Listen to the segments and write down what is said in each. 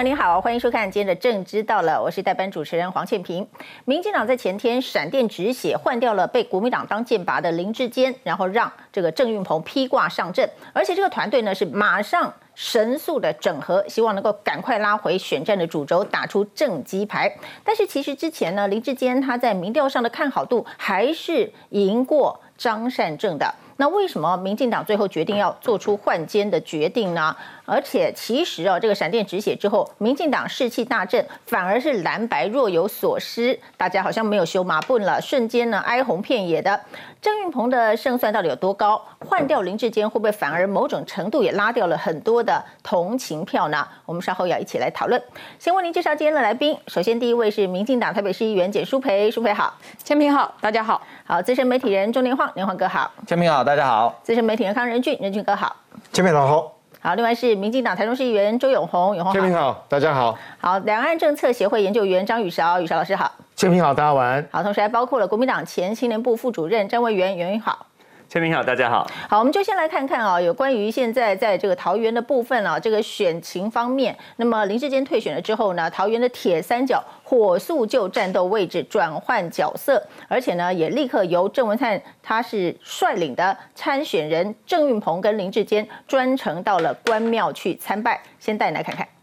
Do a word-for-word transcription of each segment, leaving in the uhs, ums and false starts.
友您好，欢迎收看今天的《政知道了》，我是代班主持人黄倩萍。民进党在前天闪电止血，换掉了被国民党当箭拔的林智坚，然后让这个郑运鹏披挂上阵，而且这个团队呢是马上神速的整合，希望能够赶快拉回选战的主轴，打出正击牌。但是其实之前呢，林智坚他在民调上的看好度还是赢过张善政的。那为什么民进党最后决定要做出换肩的决定呢？而且其实哦，这个闪电止血之后，民进党士气大振，反而是蓝白若有所失，大家好像没有修马步了，瞬间呢哀鸿遍野的。郑运鹏的胜算到底有多高？换掉林智坚会不会反而某种程度也拉掉了很多的同情票呢？我们稍后要一起来讨论。先为您介绍今天的来宾，首先第一位是民进党台北市议员简舒培，舒培好。 千萍好，大家好。 好，资深媒体人钟年晃，年晃哥好。 千萍好，大家好。 资深媒体人康仁俊，仁俊哥好。 千萍好。 好，另外是民进党台中市议员周永宏，永宏好。 千萍好，大家好。 好，两岸政策协会研究员张宇韶，宇韶老师好。 千萍好，大家晚安。 好，同时还包括了国民党前青年部副主任张维元，元元好。 千萍好，大家好。 好，我们就先来看看啊，有关于现在在这个桃园的部分啊，这个选情方面，那么林智坚退选了之后呢，桃园的铁三角火速就战斗位置转换角色，而且呢，也立刻由郑文灿他是率领的参选人郑运鹏跟林智坚专程到了关庙去参拜，先带你来看看。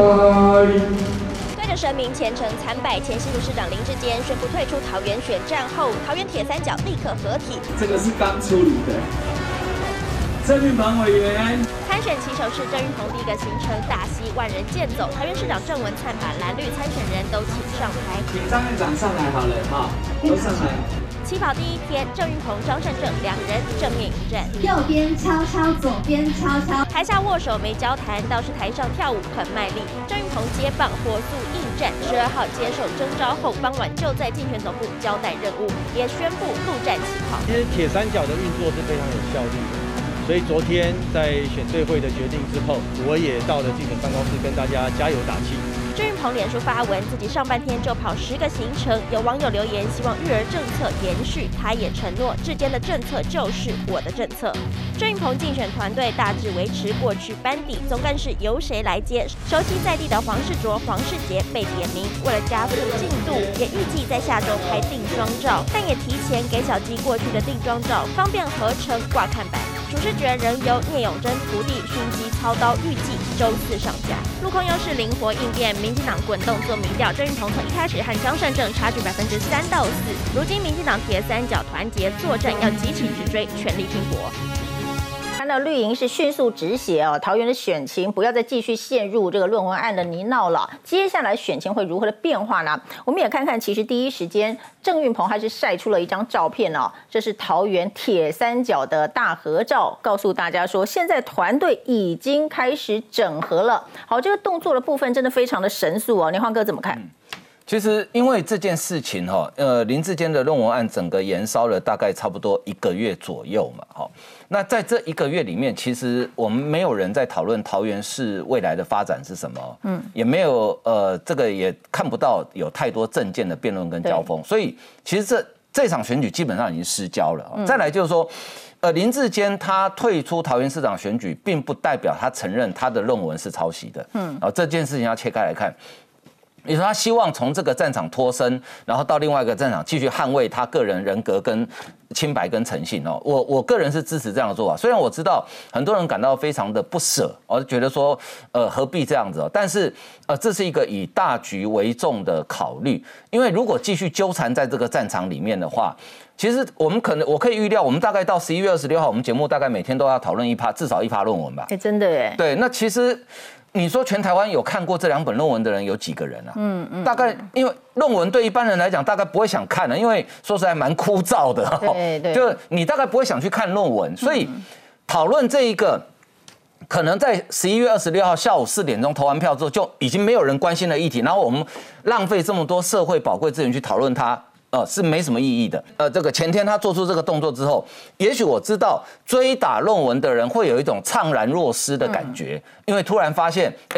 对着神明虔诚参拜，前新竹市长林智坚宣布退出桃园选战后，桃园铁三角立刻合体。 这个是刚处理的。郑运鹏委员参选旗手是郑运鹏第一个行程，大溪万人健走，桃园市长郑文灿把蓝绿参选人都请上台， 请张院长上来好了哈，都上来。 起跑第一天，郑运鹏、张善政两人正面迎战， 右边敲敲，左边敲敲， 台下握手没交谈，倒是台上跳舞很卖力。郑运鹏接棒火速应战，十二号接受征召后，傍晚就在竞选总部交代任务，也宣布陆战起跑。 其实铁三角的运作是非常有效率的，所以昨天在选对会的决定之后，我也到了竞选办公室跟大家加油打气。 郑运鹏脸书发文，自己上半天就跑十个行程，有网友留言希望育儿政策延续，他也承诺智坚的政策就是我的政策。郑运鹏竞选团队大致维持过去班底，总干事由谁来接？熟悉在地的黄世卓、黄世杰被点名，为了加速进度，也预计在下周拍定妆照，但也提前给小鸡过去的定妆照，方便合成挂看板。主视觉仍由聂永贞徒弟熏鸡操刀，预计周四上架。陆空优势灵活应变，民进党滚动做民调，郑运鹏从一开始和张善政差距百分之三到四，如今民进党铁三角团结作战，要急起直追，全力拼搏。 看到绿营是迅速止血哦，桃园的选情不要再继续陷入这个论文案的泥淖了。接下来选情会如何的变化呢？我们也看看，其实第一时间郑运鹏还是晒出了一张照片哦，这是桃园铁三角的大合照，告诉大家说现在团队已经开始整合了。好，这个动作的部分真的非常的神速哦，年晃哥怎么看？嗯其实因为这件事情哈，呃，林智坚的论文案整个延烧了大概差不多一个月左右嘛，哈。那在这一个月里面，其实我们没有人在讨论桃园市未来的发展是什么，嗯，也没有呃，这个也看不到有太多政见的辩论跟交锋，所以其实这这场选举基本上已经失焦了。嗯、再来就是说，呃，林智坚他退出桃园市长选举，并不代表他承认他的论文是抄袭的，嗯，啊，这件事情要切开来看。你说他希望从这个战场脱身，然后到另外一个战场继续捍卫他个人人格跟清白跟诚信哦。我我个人是支持这样的做法，虽然我知道很多人感到非常的不舍，我觉得说呃何必这样子哦，但是呃这是一个以大局为重的考虑，因为如果继续纠缠在这个战场里面的话。其实我们可能，我可以预料，我们大概到十一月二十六号，我们节目大概每天都要讨论一趴，至少一趴论文吧。 哎，真的耶。 对，那其实你说全台湾有看过这两本论文的人有几个人啊？嗯嗯。大概因为论文对一般人来讲，大概不会想看的，因为说实在蛮枯燥的。 对对。 就你大概不会想去看论文，所以讨论这一个。可能在十一月二十六号下午四点钟投完票之后，就已经没有人关心的议题，然后我们浪费这么多社会宝贵资源去讨论它。呃，是没什么意义的。呃，这个前天他做出这个动作之后，也许我知道追打论文的人会有一种怅然若失的感觉，嗯、因为突然发现，哎，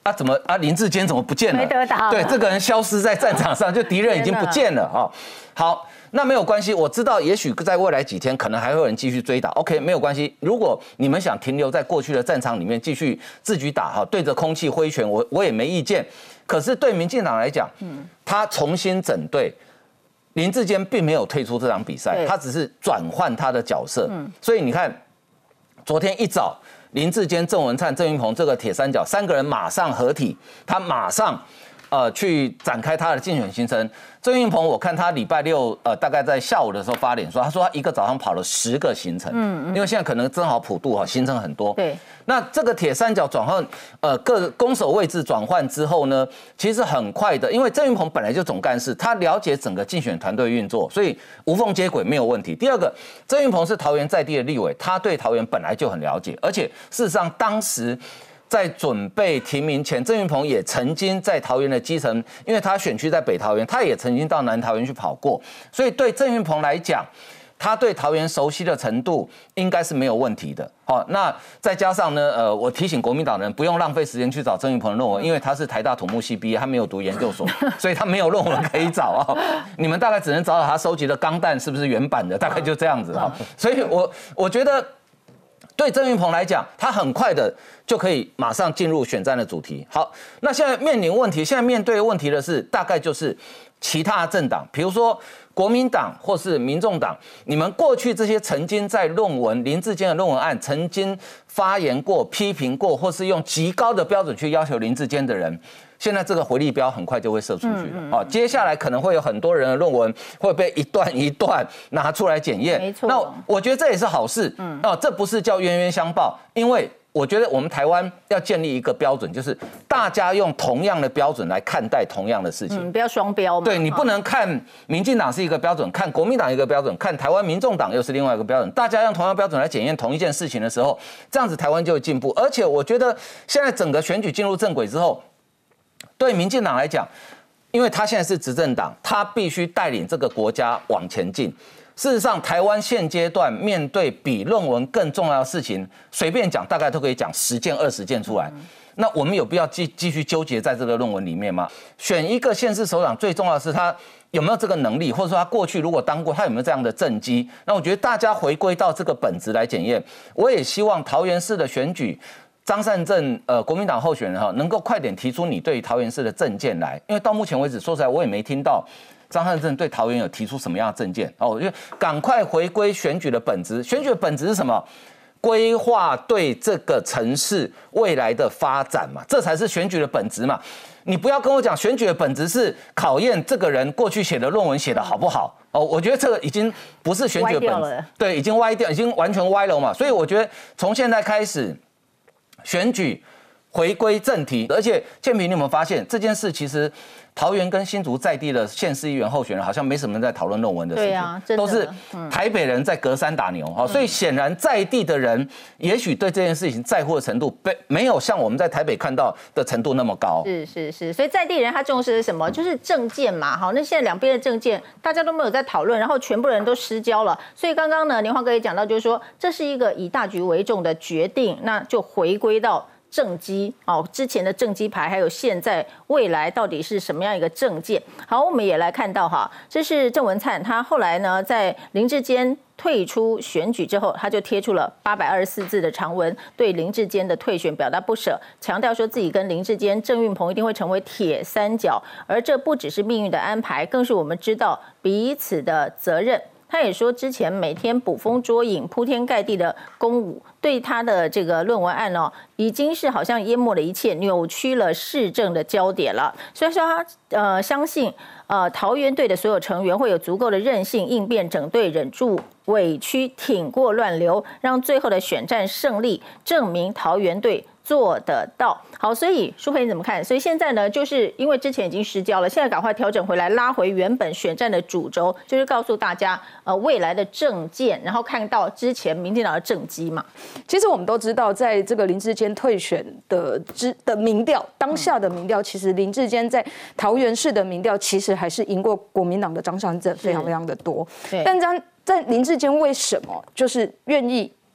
啊，怎么啊林智坚怎么不见了？ 没得打了， 对，这个人消失在战场上，就敌人已经不见了哈。好。那没有关系，我知道，也许在未来几天，可能还会有人继续追打。OK， 没有关系。如果你们想停留在过去的战场里面，继续自己打哈，对着空气挥拳，我我也没意见。可是对民进党来讲，嗯，他重新整队，林智坚并没有退出这场比赛，他只是转换他的角色。嗯，所以你看，昨天一早，林智坚、郑文灿、郑运鹏这个铁三角三个人马上合体，他马上呃去展开他的竞选行程。郑运鹏，我看他礼拜六呃大概在下午的时候发脸说，他说他一个早上跑了十个行程，嗯，因为现在可能正好普渡哈，行程很多。对，那这个铁三角转换呃各攻守位置转换之后呢，其实很快的，因为郑运鹏本来就总干事，他了解整个竞选团队运作，所以无缝接轨没有问题。第二个，郑运鹏是桃园在地的立委，他对桃园本来就很了解，而且事实上当时。在准备提名前，郑运鹏也曾经在桃园的基层，因为他选区在北桃园，他也曾经到南桃园去跑过，所以对郑运鹏来讲，他对桃园熟悉的程度应该是没有问题的。好，那再加上呢，呃，我提醒国民党人不用浪费时间去找郑运鹏的论文，因为他是台大土木系毕业，他没有读研究所，所以他没有论文可以找啊。你们大概只能找找他收集的钢弹是不是原版的，大概就这样子啊。所以我我觉得。对郑运鹏来讲，他很快的就可以马上进入选战的主题。好，那现在面临问题，现在面对问题的是，大概就是其他政党，比如说国民党或是民众党，你们过去这些曾经在论文林智坚的论文案曾经发言过、批评过，或是用极高的标准去要求林智坚的人。现在这个回力标很快就会射出去了，嗯嗯、接下来可能会有很多人的论文会被一段一段拿出来检验，没错。那我觉得这也是好事，嗯，哦，这不是叫冤冤相报，因为我觉得我们台湾要建立一个标准，就是大家用同样的标准来看待同样的事情， 嗯，不要双标嘛。 对，你不能看民进党是一个标准，看国民党一个标准，看台湾民众党又是另外一个标准，大家用同样标准来检验同一件事情的时候，这样子台湾就会进步。而且我觉得现在整个选举进入正轨之后。对民进党来讲，因为他现在是执政党，他必须带领这个国家往前进。事实上，台湾现阶段面对比论文更重要的事情，随便讲大概都可以讲十件、二十件出来。那我们有必要继继续纠结在这个论文里面吗？选一个县市首长，最重要的是他有没有这个能力，或者说他过去如果当过，他有没有这样的政绩？那我觉得大家回归到这个本质来检验。我也希望桃园市的选举。张善政，呃，国民党候选人哈，能够快点提出你对桃园市的政见来，因为到目前为止，说实在，我也没听到张善政对桃园有提出什么样的政见哦。我觉得赶快回归选举的本质，选举的本质是什么？规划对这个城市未来的发展嘛，这才是选举的本质嘛。你不要跟我讲选举的本质是考验这个人过去写的论文写的好不好哦，我觉得这个已经不是选举的本质，对，已经歪掉，已经完全歪了嘛。所以我觉得从现在开始。选举回归正题，而且建平，你有没有发现这件事？其实桃园跟新竹在地的县市议员候选人好像没什么人在讨论论文的事情，对啊，真的都是台北人在隔山打牛哈、嗯。所以显然在地的人也许对这件事情在乎的程度，没有像我们在台北看到的程度那么高。 是是是，所以在地人他重视的是什么？就是政见嘛，好，那现在两边的政见大家都没有在讨论，然后全部人都失焦了。所以刚刚呢，连华哥也讲到，就是说这是一个以大局为重的决定，那就回归到。政绩哦，之前的政绩牌，还有现在未来到底是什么样一个政见？好，我们也来看到哈，这是郑文灿，他后来呢，在林智坚退出选举之后，他就贴出了八百二十四字的长文，对林智坚的退选表达不舍，强调说自己跟林智坚、郑运鹏一定会成为铁三角，而这不只是命运的安排，更是我们知道彼此的责任。他也说，之前每天捕风捉影、铺天盖地的攻武，对他的这个论文案哦，已经是好像淹没了一切，扭曲了市政的焦点了。所以说他呃相信呃桃园队的所有成员会有足够的韧性应变整队，忍住委屈，挺过乱流，让最后的选战胜利证明桃园队做得到。好，所以舒培你怎么看？所以现在呢，就是因为之前已经失焦了，现在赶快调整回来，拉回原本选战的主轴，就是告诉大家呃未来的政见，然后看到之前民进党的政绩嘛。 其实我们都知道，在这个林智坚退选的之的民调，当下的民调，其实林智坚在桃园市的民调，其实还是赢过国民党的张善政非常非常的多。但张在林智坚为什么就是愿意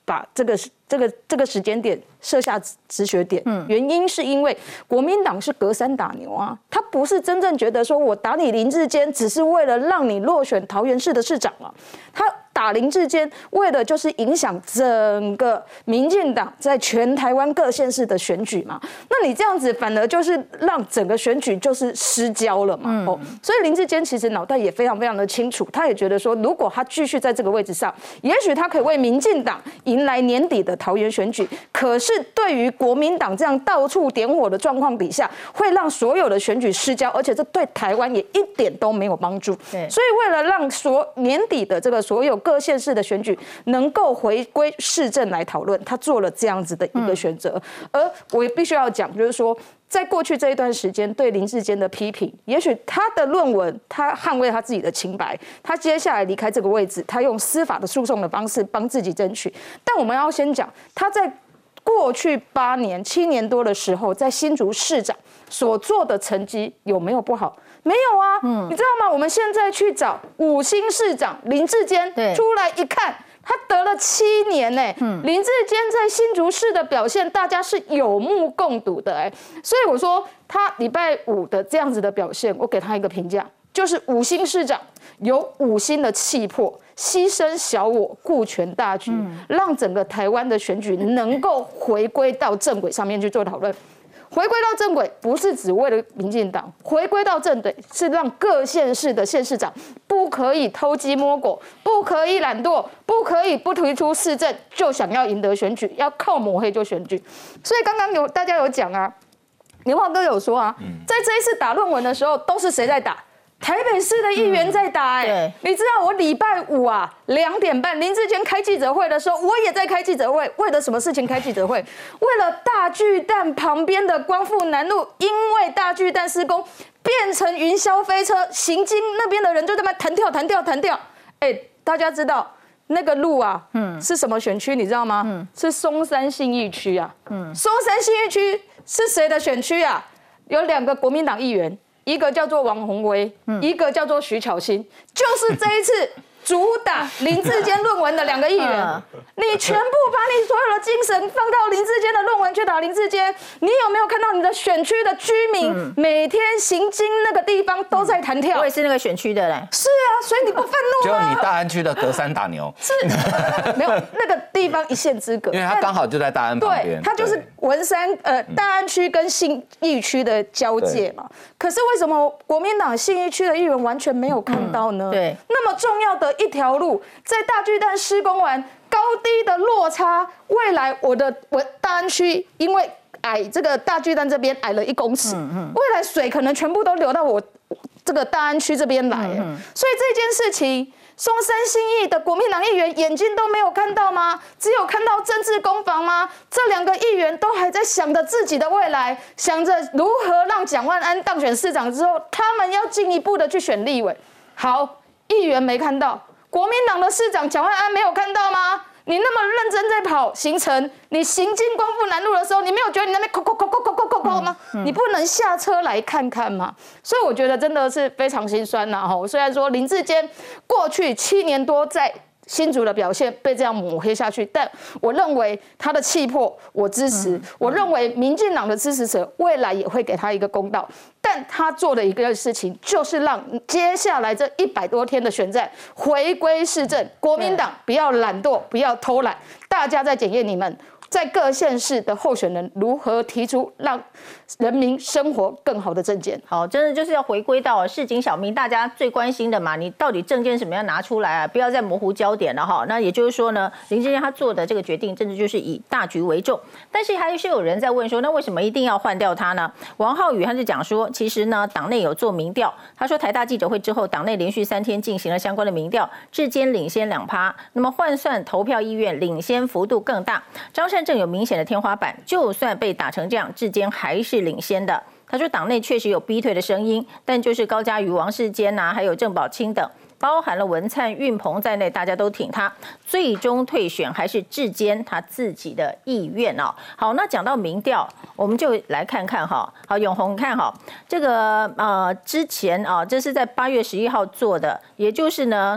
把这个这个这个时间点设下止血点，嗯，原因是因为国民党是隔山打牛啊，他不是真正觉得说我打你林智坚只是为了让你落选桃园市的市长啊，他打林智坚为的就是影响整个民进党在全台湾各县市的选举嘛，那你这样子反而就是让整个选举就是失焦了嘛，嗯、哦，所以林智坚其实脑袋也非常非常的清楚，他也觉得说，如果他继续在这个位置上，也许他可以为民进党迎来年底的桃园选举，可是对于国民党这样到处点火的状况底下，会让所有的选举失焦，而且这对台湾也一点都没有帮助。对，所以为了让所年底的这个所有各县市的选举能够回归市政来讨论，他做了这样子的一个选择。嗯、而我也必须要讲，就是说，在过去这一段时间对林智坚的批评，也许他的论文，他捍卫他自己的清白，他接下来离开这个位置，他用司法的诉讼的方式帮自己争取。但我们要先讲，他在过去八年、七年多的时候，在新竹市长所做的成绩有没有不好？没有啊，嗯，你知道吗？我们现在去找五星市长林智坚，出来一看，他得了七年呢、欸。嗯，林智坚在新竹市的表现，大家是有目共睹的哎、欸。所以我说，他礼拜五的这样子的表现，我给他一个评价，就是五星市长有五星的气魄，牺牲小我，顾全大局，嗯、让整个台湾的选举能够回归到正轨上面去做讨论。回归到正轨，不是只为了民进党，回归到正轨是让各县市的县市长不可以偷鸡摸狗，不可以懒惰，不可以不提出市政就想要赢得选举，要靠抹黑就选举。所以刚刚有大家有讲啊，年华哥有说啊，在这一次打论文的时候，都是谁在打？台北市的议员在打哎、欸，嗯、你知道我礼拜五啊两点半林智坚开记者会的时候，我也在开记者会，为了什么事情开记者会？为了大巨蛋旁边的光复南路，因为大巨蛋施工变成云霄飞车，行经那边的人就在那弹跳弹跳弹跳。哎、欸，大家知道那个路啊，嗯，是什么选区？你知道吗？嗯，是松山信义区啊。嗯，松山信义区是谁的选区啊？有两个国民党议员。一个叫做王宏威，嗯、一个叫做徐巧芯，就是这一次主打林智坚论文的两个议员。嗯、你全部把你所有的精神放到林智坚的论文去打林智坚，你有没有看到你的选区的居民、嗯、每天行经那个地方都在弹跳？ 我也是那个选区的嘞。 是啊，所以你不愤怒吗？ 就你大安区的隔山打牛。 是，没有那个地方一线之隔， 因为它刚好就在大安旁边。 对，它就是文山呃大安区跟信义区的交界嘛。可是为什么国民党信义区的议员完全没有看到呢？嗯、对，那么重要的一条路，在大巨蛋施工完，高低的落差，未来我的我大安区因为矮，这个大巨蛋这边矮了一公尺，嗯嗯、未来水可能全部都流到我这个大安区这边来，嗯嗯、所以这件事情。松山信义的国民党议员眼睛都没有看到吗？只有看到政治攻防吗？这两个议员都还在想着自己的未来，想着如何让蒋万安当选市长之后，他们要进一步的去选立委。好，议员没看到，国民党的市长蒋万安没有看到吗？你那么认真在跑行程，你行经光复南路的时候，你没有觉得你那边扣扣扣扣扣扣扣扣吗？嗯嗯、你不能下车来看看吗？所以我觉得真的是非常心酸呐！哈，虽然说林智坚过去七年多在新竹的表现被这样抹黑下去，但我认为他的气魄我支持，嗯嗯、我认为民进党的支持者未来也会给他一个公道。但他做的一个事情，就是让接下来这一百多天的选战回归市政，国民党不要懒惰，不要偷懒，大家在检验你们在各县市的候选人如何提出让人民生活更好的政见。 好，真的就是要回归到市井小民大家最关心的嘛，你到底政见什么样拿出来啊？不要再模糊焦点了哈。那也就是说呢，林智坚他做的这个决定，真的就是以大局为重。但是还是有人在问说，那为什么一定要换掉他呢？王浩宇他就讲说，其实呢，党内有做民调，他说台大记者会之后，党内连续三天进行了相关的民调，智坚领先两趴，那么换算投票意愿领先幅度更大。张善政有明显的天花板，就算被打成这样，智坚还是领先的。他说，党内确实有逼退的声音，但就是高嘉瑜、王世坚啊，还有郑宝清等，包含了文灿、运鹏在内，大家都挺他。最终退选还是智坚他自己的意愿哦。好，那讲到民调，我们就来看看哈。好，永红看哈，这个呃之前啊，这是在八月十一号做的，也就是呢。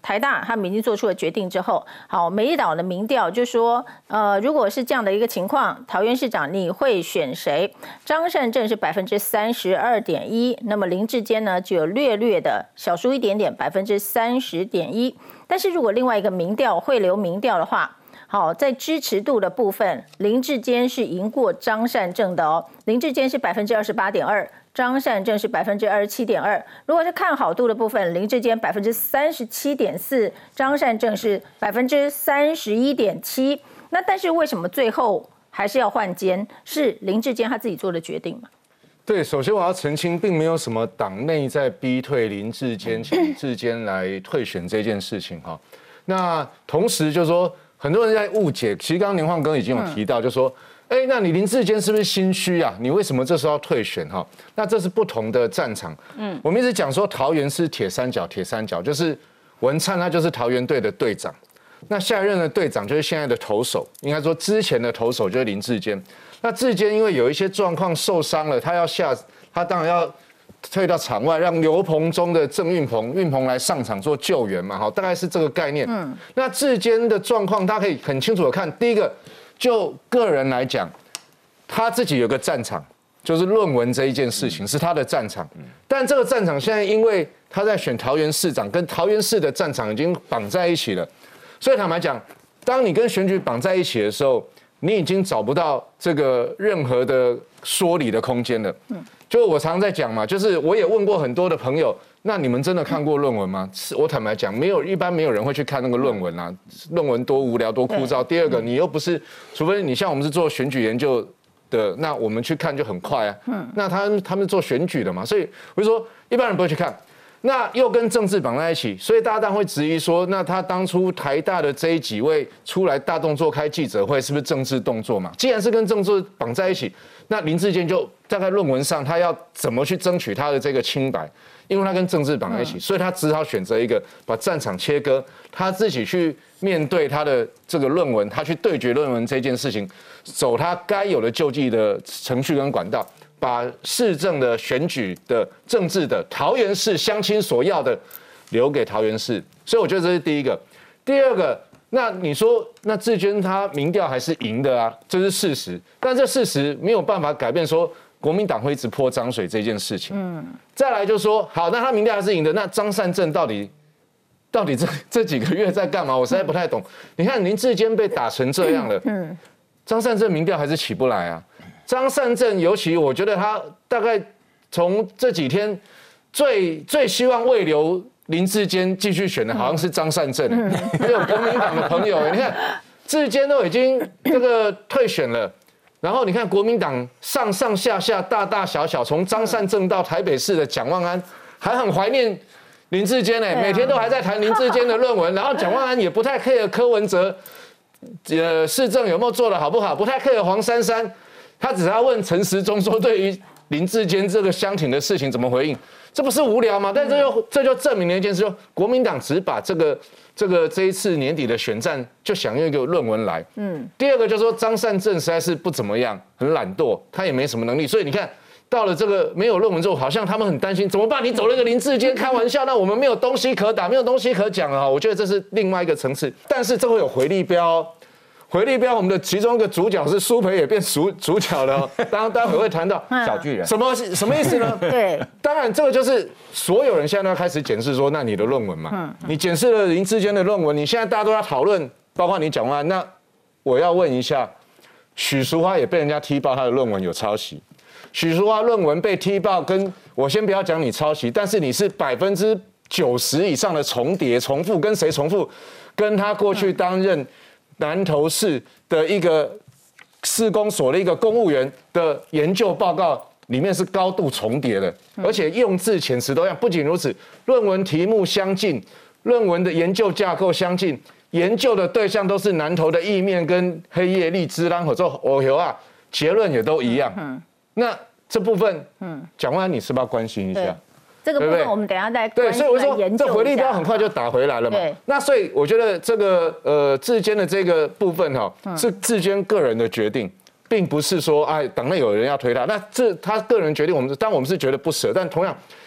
台大他们已经做出了决定之后，好，美丽岛的民调就说，呃，如果是这样的一个情况，桃园市长你会选谁？张善政是百分之三十二点一，那么林智坚呢就有略略的小输一点点，百分之三十点一。但是如果另外一个民调汇流民调的话，好，在支持度的部分，林智坚是赢过张善政的哦，林智坚是百分之二十八点二。张善政是百分之二十七点二，如果是看好度的部分，林智坚百分之三十七点四，张善政是百分之三十一点七。那但是为什么最后还是要换监？是林智坚他自己做的决定吗？ 对，首先我要澄清，并没有什么党内在逼退林智坚，请林智坚来退选这件事情哈。那同时就是说，很多人在误解，其实刚刚年晃哥已经有提到，就是说。哎，那你林智坚是不是心虚啊？你为什么这时候要退选哈？那这是不同的战场。嗯，我们一直讲说桃园是铁三角，铁三角就是文灿他就是桃园队的队长，那下一任的队长就是现在的投手，应该说之前的投手就是林智坚。那智坚因为有一些状况受伤了，他要下，他当然要退到场外，让刘鹏中的郑运鹏运鹏来上场做救援嘛，哈，大概是这个概念。嗯，那智坚的状况，大家可以很清楚的看，第一个。就个人来讲，他自己有个战场，就是论文这一件事情是他的战场。但这个战场现在因为他在选桃园市长，跟桃园市的战场已经绑在一起了，所以坦白讲，当你跟选举绑在一起的时候，你已经找不到这个任何的说理的空间了。就我常常在讲嘛，就是我也问过很多的朋友。那你们真的看过论文吗？我坦白讲，没有，一般没有人会去看那个论文啊。论文多无聊，多枯燥。第二个，你又不是，除非你像我们是做选举研究的，那我们去看就很快啊。嗯。那他他们做选举的嘛，所以我就说一般人不会去看。那又跟政治绑在一起，所以大家当然会质疑说，那他当初台大的这几位出来大动作开记者会，是不是政治动作嘛？既然是跟政治绑在一起，那林智坚就大概论文上他要怎么去争取他的这个清白？因为他跟政治绑在一起，所以他只好选择一个把战场切割，他自己去面对他的这个论文，他去对决论文这件事情，走他该有的救济的程序跟管道，把市政的选举的政治的桃园市乡亲所要的留给桃园市，所以我觉得这是第一个。第二个，那你说那智坚他民调还是赢的啊，这是事实，但这事实没有办法改变说。国民党会一直泼脏水这件事情，嗯，再来就说好，那他民调还是赢的，那张善政到底到底这这几个月在干嘛？我实在不太懂。你看林智坚被打成这样了，嗯，张善政民调还是起不来啊。张善政尤其我觉得他大概从这几天最最希望慰留林智坚继续选的，好像是张善政，还有国民党的朋友，你看智坚都已经这个退选了。然后你看国民党上上下下大大小小，从张善政到台北市的蒋万安，还很怀念林智坚呢，每天都还在谈林智坚的论文。然后蒋万安也不太 care 柯文哲，呃，市政有没有做得好不好，不太 care 黄珊珊，他只要问陈时中说对于林智坚这个相挺的事情怎么回应，这不是无聊吗？但这就这就证明了一件事，说国民党只把这个。这个这一次年底的选战就想用一个论文来，嗯，第二个就是说张善政实在是不怎么样，很懒惰，他也没什么能力，所以你看到了这个没有论文之后，好像他们很担心怎么办？你走了一个林智坚，开玩笑，那我们没有东西可打，没有东西可讲了，我觉得这是另外一个层次，但是这会有回力标。回力标，我们的其中一个主角是苏培也变主主角了，当然待会会谈到小巨人， 什么什么意思呢？ 对， 当然这个就是所有人现在都要开始检视说，那你的论文嘛，嗯、你检视了林智坚的论文，你现在大家都要讨论，包括你讲话，那我要问一下，许淑华也被人家踢爆他的论文有抄袭，许淑华论文被踢爆，跟我先不要讲你抄袭，但是你是百分之九十以上的重叠重复，跟谁重复？跟他过去担任。南投市的一个市公所的一个公务员的研究报告里面是高度重叠的，而且用字遣词都一样。不仅如此，论文题目相近，论文的研究架构相近，研究的对象都是南投的意面跟黑叶荔枝兰或者藕油啊，结论也都一样。那这部分，嗯，蒋万安你是不是要关心一下？ 这个部分我们等一下再对，所以我说这回力标很快就打回来了嘛。那所以我觉得这个呃智坚的这个部分哈、喔，是智坚个人的决定，并不是说哎党内有人要推他，那这他个人决定，我们当我们是觉得不舍，但同样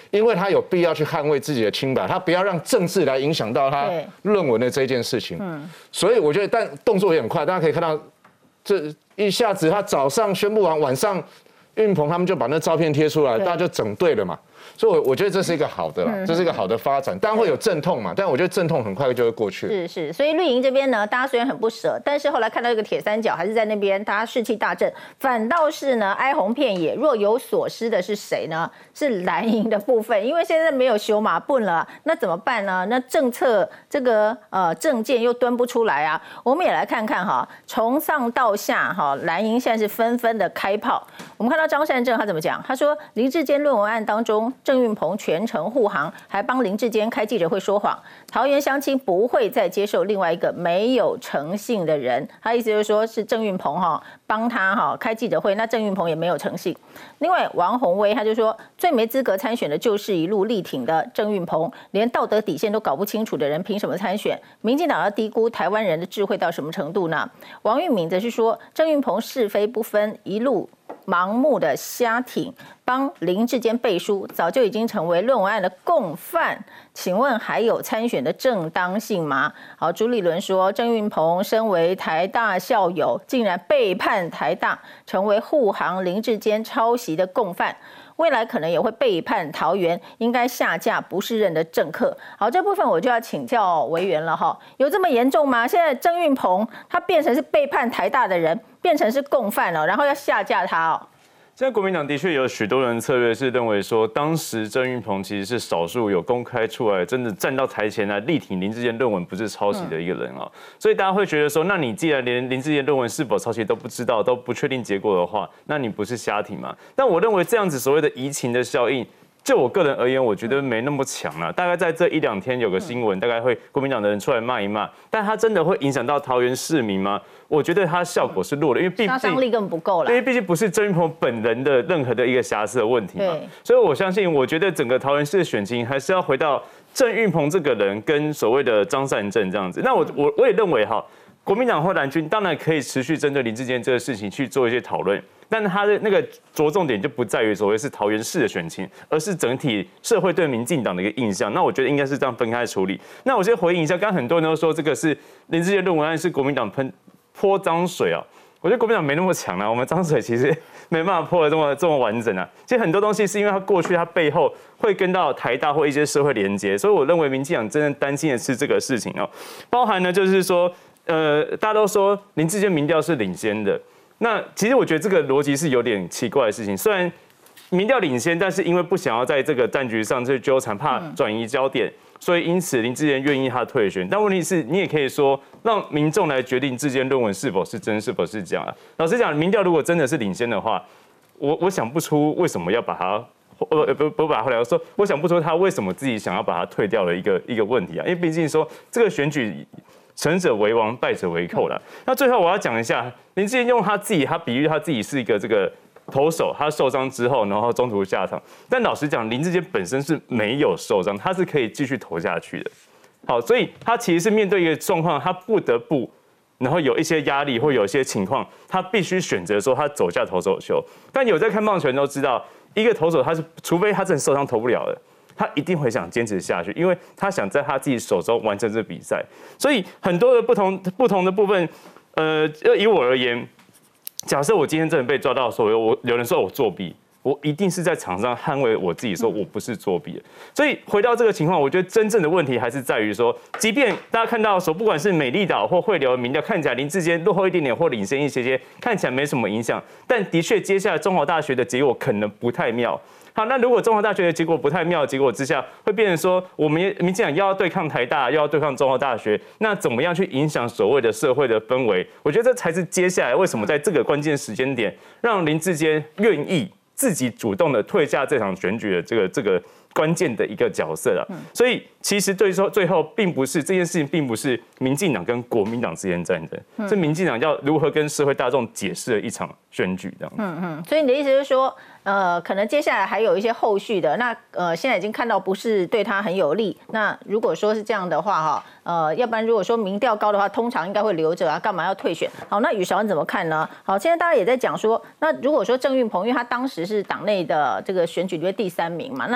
因为他有必要去捍卫自己的清白，他不要让政治来影响到他论文的这件事情。嗯，所以我觉得，但动作也很快，大家可以看到，这一下子他早上宣布完，晚上岳鹏他们就把那照片贴出来，大家就整对了嘛。所以，我我觉得这是一个好的啦，这是一个好的发展。当然会有阵痛嘛，但我觉得阵痛很快就会过去。 是是，所以绿营这边呢，大家虽然很不舍，但是后来看到这个铁三角还是在那边，大家士气大振。反倒是呢，哀鸿遍野，若有所失的是谁呢？是蓝营的部分，因为现在没有修马bun了，那怎么办呢？那政策这个呃政见又端不出来啊。我们也来看看哈，从上到下哈，蓝营现在是纷纷的开炮。我们看到张善政他怎么讲？他说林智坚论文案当中，郑运鹏全程护航，还帮林智坚开记者会说谎。桃园乡亲不会再接受另外一个没有诚信的人。他意思就是说，是郑运鹏哈帮他哈开记者会，那郑运鹏也没有诚信。另外，王宏威他就说，最没资格参选的就是一路力挺的郑运鹏，连道德底线都搞不清楚的人，凭什么参选？民进党要低估台湾人的智慧到什么程度呢？王玉敏则是说，郑运鹏是非不分，一路盲目的瞎挺，帮林智坚背书，早就已经成为论文案的共犯。请问还有参选的正当性吗？好，朱立伦说，郑运鹏身为台大校友，竟然背叛台大，成为护航林智坚抄袭的共犯。未来可能也会背叛桃园，应该下架不是任的政客。好，这部分我就要请教维元了哈，有这么严重吗？现在郑运鹏他变成是背叛台大的人，变成是共犯了，然后要下架他哦。 现在国民党的确有许多人策略是认为说，当时郑运鹏其实是少数有公开出来真的站到台前来力挺林智坚论文不是抄袭的一个人啊，嗯、所以大家会觉得说，那你既然连林智坚论文是否抄袭都不知道，都不确定结果的话，那你不是瞎挺吗？但我认为这样子所谓的移情的效应。就我个人而言，我觉得没那么强了。大概在这一两天有个新闻，大概会国民党的人出来骂一骂，但他真的会影响到桃园市民吗？我觉得它效果是弱的，因为毕竟杀伤力根本不够了。 因为毕竟不是郑运鹏本人的任何的一个瑕疵的问题嘛，所以我相信，我觉得整个桃园市的选情还是要回到郑运鹏这个人跟所谓的张善政这样子。那我我我也认为哈，国民党或蓝军当然可以持续针对林智坚这个事情去做一些讨论。但他的那个着重点就不在于所谓是桃园市的选情，而是整体社会对民进党的一个印象。那我觉得应该是这样分开处理。那我先回应一下，刚刚很多人都说这个是林智坚论文案是国民党喷泼脏水啊，我觉得国民党没那么强啊，我们脏水其实没办法泼得这么这么完整啊。其实很多东西是因为他过去他背后会跟到台大或一些社会连接，所以我认为民进党真正担心的是这个事情哦，包含呢就是说，呃，大家都说林智坚民调是领先的。那其实我觉得这个逻辑是有点奇怪的事情。虽然民调领先，但是因为不想要在这个战局上去纠缠，怕转移焦点，所以因此林智坚愿意他退选。但问题是，你也可以说让民众来决定智坚论文是否是真，是否是假。老实讲，民调如果真的是领先的话，我我想不出为什么要把它。呃不不把它后来说，我想不出他为什么自己想要把它退掉的一个一个问题啊，因为毕竟说这个选举。成者为王，败者为寇了。那最后我要讲一下，林智坚用他自己，他比喻他自己是一个这个投手，他受伤之后，然后中途下场。但老实讲，林智坚本身是没有受伤，他是可以继续投下去的。好，所以他其实是面对一个状况，他不得不，然后有一些压力或有一些情况，他必须选择说他走下投手球。但有在看棒球都知道，一个投手他是，除非他真的受伤投不了了。他一定会想坚持下去，因为他想在他自己手中完成这比赛。所以很多的不同不同的部分，呃，以我而言，假设我今天真的被抓到说，我有人说我作弊，我一定是在场上捍卫我自己，说我不是作弊的。所以回到这个情况，我觉得真正的问题还是在于说，即便大家看到说，不管是美丽岛或汇流的民调，看起来林智坚落后一点点或领先一些些，看起来没什么影响，但的确接下来中华大学的结果可能不太妙。好，那如果中华大学的结果不太妙的结果之下，会变成说，我们民进党又要对抗台大，又要对抗中华大学，那怎么样去影响所谓的社会的氛围？我觉得这才是接下来为什么在这个关键时间点，让林智坚愿意自己主动的退下这场选举的这个这个关键的一个角色了。所以其实对说最后并不是这件事情，并不是民进党跟国民党之间战争，是民进党要如何跟社会大众解释的一场选举这样。嗯嗯，所以你的意思是说？呃，可能接下来还有一些后续的，那呃，现在已经看到不是对他很有利。那如果说是这样的话，哈，呃，要不然如果说民调高的话，通常应该会留着啊，干嘛要退选？好，那宇韶你怎么看呢？好，现在大家也在讲说，那如果说郑运鹏，因为他当时是党内的这个选举里面第三名嘛，那他有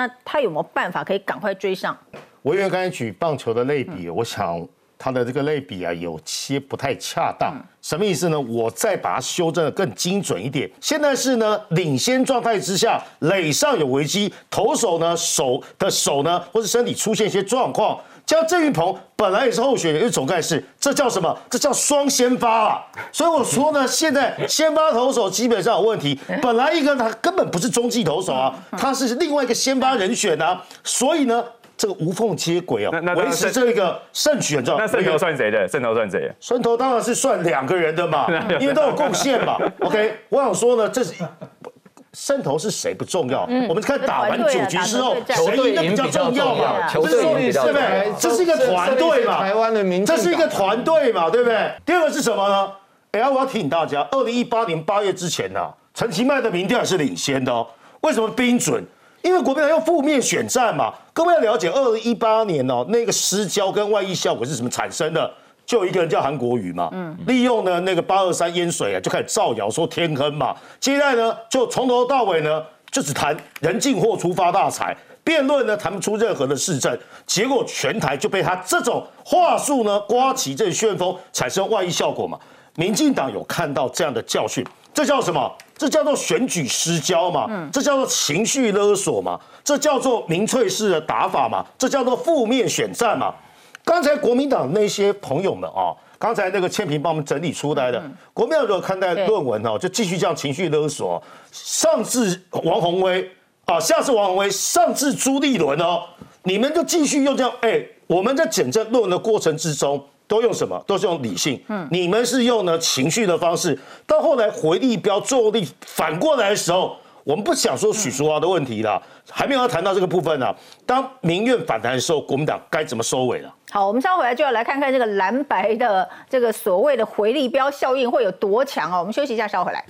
有没有办法可以赶快追上？ 我因为刚才举棒球的类比，我想他的这个类比啊，有些不太恰当。什么意思呢？我再把它修正的更精准一点。现在是呢领先状态之下，垒上有危机，投手呢手的手呢或是身体出现一些状况。像郑云鹏本来也是候选人，也是总干事，这叫什么？这叫双先发啊！所以我说呢，现在先发投手基本上有问题。本来一个他根本不是中继投手啊，他是另外一个先发人选啊，所以呢，这个无缝接轨啊，维持这个胜局，你知道？ 那胜投算谁的？胜投算谁？ 胜投当然是算两个人的嘛，因为都有贡献嘛。OK， 我想说呢，这是。胜投是谁不重要，嗯、我们看打完九局之后，谁赢的比较重要嘛？ 球队赢比较重要，对不对？ 这是一个团队嘛， 台湾的民， 这是一个团队嘛，对不对？第二个是什么呢？哎呀，我要提醒大家，二零一八年八月之前呢、啊，陈其迈的民调也是领先的哦。为什么冰准？因为国民党用负面选战嘛。各位要了解，二零一八年哦，那个失焦跟外溢效果是什么产生的？就有一个人叫韩国瑜嘛，嗯，利用呢那个八二三淹水啊，就开始造谣说天坑嘛。接下来呢，就从头到尾呢，就只谈人进货出发大财，辩论呢谈不出任何的市政，结果全台就被他这种话术呢刮起这旋风，产生外溢效果嘛。民进党有看到这样的教训，这叫什么？这叫做选举失焦嘛，嗯、这叫做情绪勒索嘛，这叫做民粹式的打法嘛，这叫做负面选战嘛。刚才国民党那些朋友们啊，刚才那个千平帮我们整理出来的，嗯、国民党如果看待论文哦，就继续这样情绪勒索，上至王宏威啊，下至王宏威，上至朱立伦哦，你们就继续用这样，哎、欸，我们在检证论文的过程之中，都用什么？都是用理性，嗯，你们是用呢情绪的方式，到后来回力标作力反过来的时候。我们不想说许淑华的问题啦，还没有要谈到这个部分呢。当民怨反弹的时候，国民党该怎么收尾了？ 好，我们稍回来就要来看看这个蓝白的这个所谓的回力标效应会有多强哦。我们休息一下，稍回来。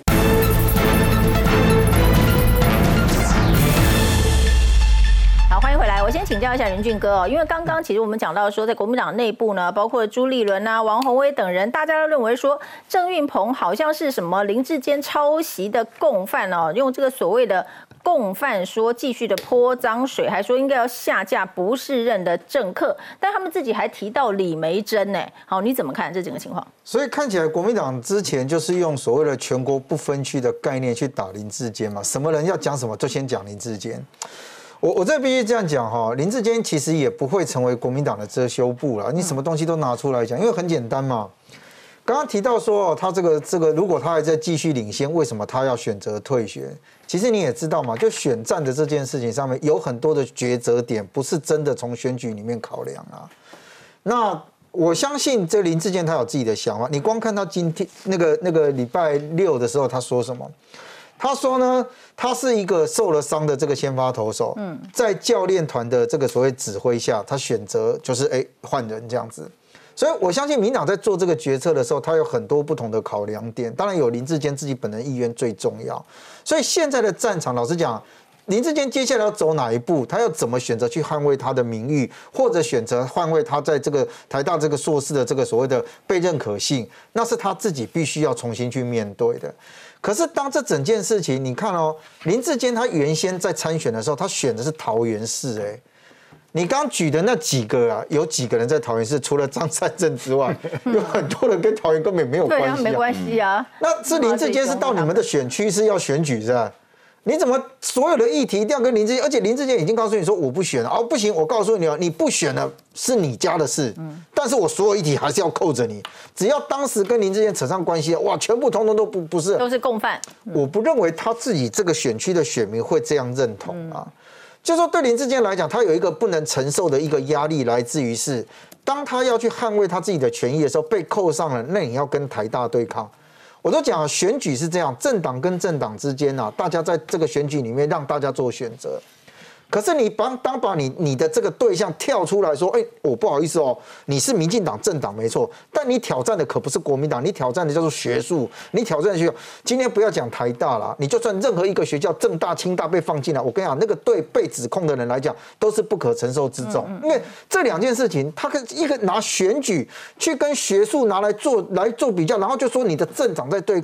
好，欢迎回来。我先请教一下任俊哥哦，因为刚刚其实我们讲到说，在国民党内部呢，包括朱立伦啊、王宏威等人，大家都认为说，郑运鹏好像是什么林智坚抄袭的共犯哦，用这个所谓的共犯说继续的泼脏水，还说应该要下架不适任的政客，但他们自己还提到李眉蓁呢。好，你怎么看这整个情况？ 所以看起来国民党之前就是用所谓的全国不分区的概念去打林智坚嘛，什么人要讲什么就先讲林智坚。我我这必须这样讲哈，林智坚其实也不会成为国民党的遮羞布啦，你什么东西都拿出来讲，因为很简单嘛。刚刚提到说他这个这个，如果他还在继续领先，为什么他要选择退选？其实你也知道嘛，就选战的这件事情上面有很多的抉择点，不是真的从选举里面考量啊。那我相信这林智坚他有自己的想法，你光看他今天那个那个礼拜六的时候他说什么？他说呢，他是一个受了伤的这个先发投手，嗯，在教练团的这个所谓指挥下，他选择就是哎换人这样子。所以我相信民党在做这个决策的时候，他有很多不同的考量点，当然有林智坚自己本人意愿最重要。所以现在的战场，老实讲，林智坚接下来要走哪一步，他要怎么选择去捍卫他的名誉，或者选择捍卫他在这个台大这个硕士的这个所谓的被认可性，那是他自己必须要重新去面对的。可是当这整件事情，你看哦，林智坚他原先在参选的时候，他选的是桃园市，哎，你刚举的那几个啊，有几个人在桃园市？除了张善政之外，有很多人跟桃园根本没有关系、啊， 对啊，没关系啊。 那是林智坚是到你们的选区是要选举是吧？你怎么所有的议题一定要跟林智坚？而且林智坚已经告诉你说我不选了，哦不行，我告诉你哦，你不选了是你家的事，嗯、但是我所有议题还是要扣着你。只要当时跟林智坚扯上关系，哇，全部通通都不不是， 都是共犯。 嗯、我不认为他自己这个选区的选民会这样认同啊。嗯、就说对林智坚来讲，他有一个不能承受的一个压力，来自于是当他要去捍卫他自己的权益的时候，被扣上了，那你要跟台大对抗。我都讲选举是这样，政党跟政党之间啊，大家在这个选举里面让大家做选择。可是你把当把你你的这个对象跳出来说，哎、欸，我不好意思哦，你是民进党政党没错，但你挑战的可不是国民党，你挑战的叫做学术，你挑战的学校。今天不要讲台大啦，你就算任何一个学校，政大、清大被放进来，我跟你讲，那个对被指控的人来讲都是不可承受之重，因为这两件事情，他跟一个拿选举去跟学术拿来做来做比较，然后就说你的政党在对抗。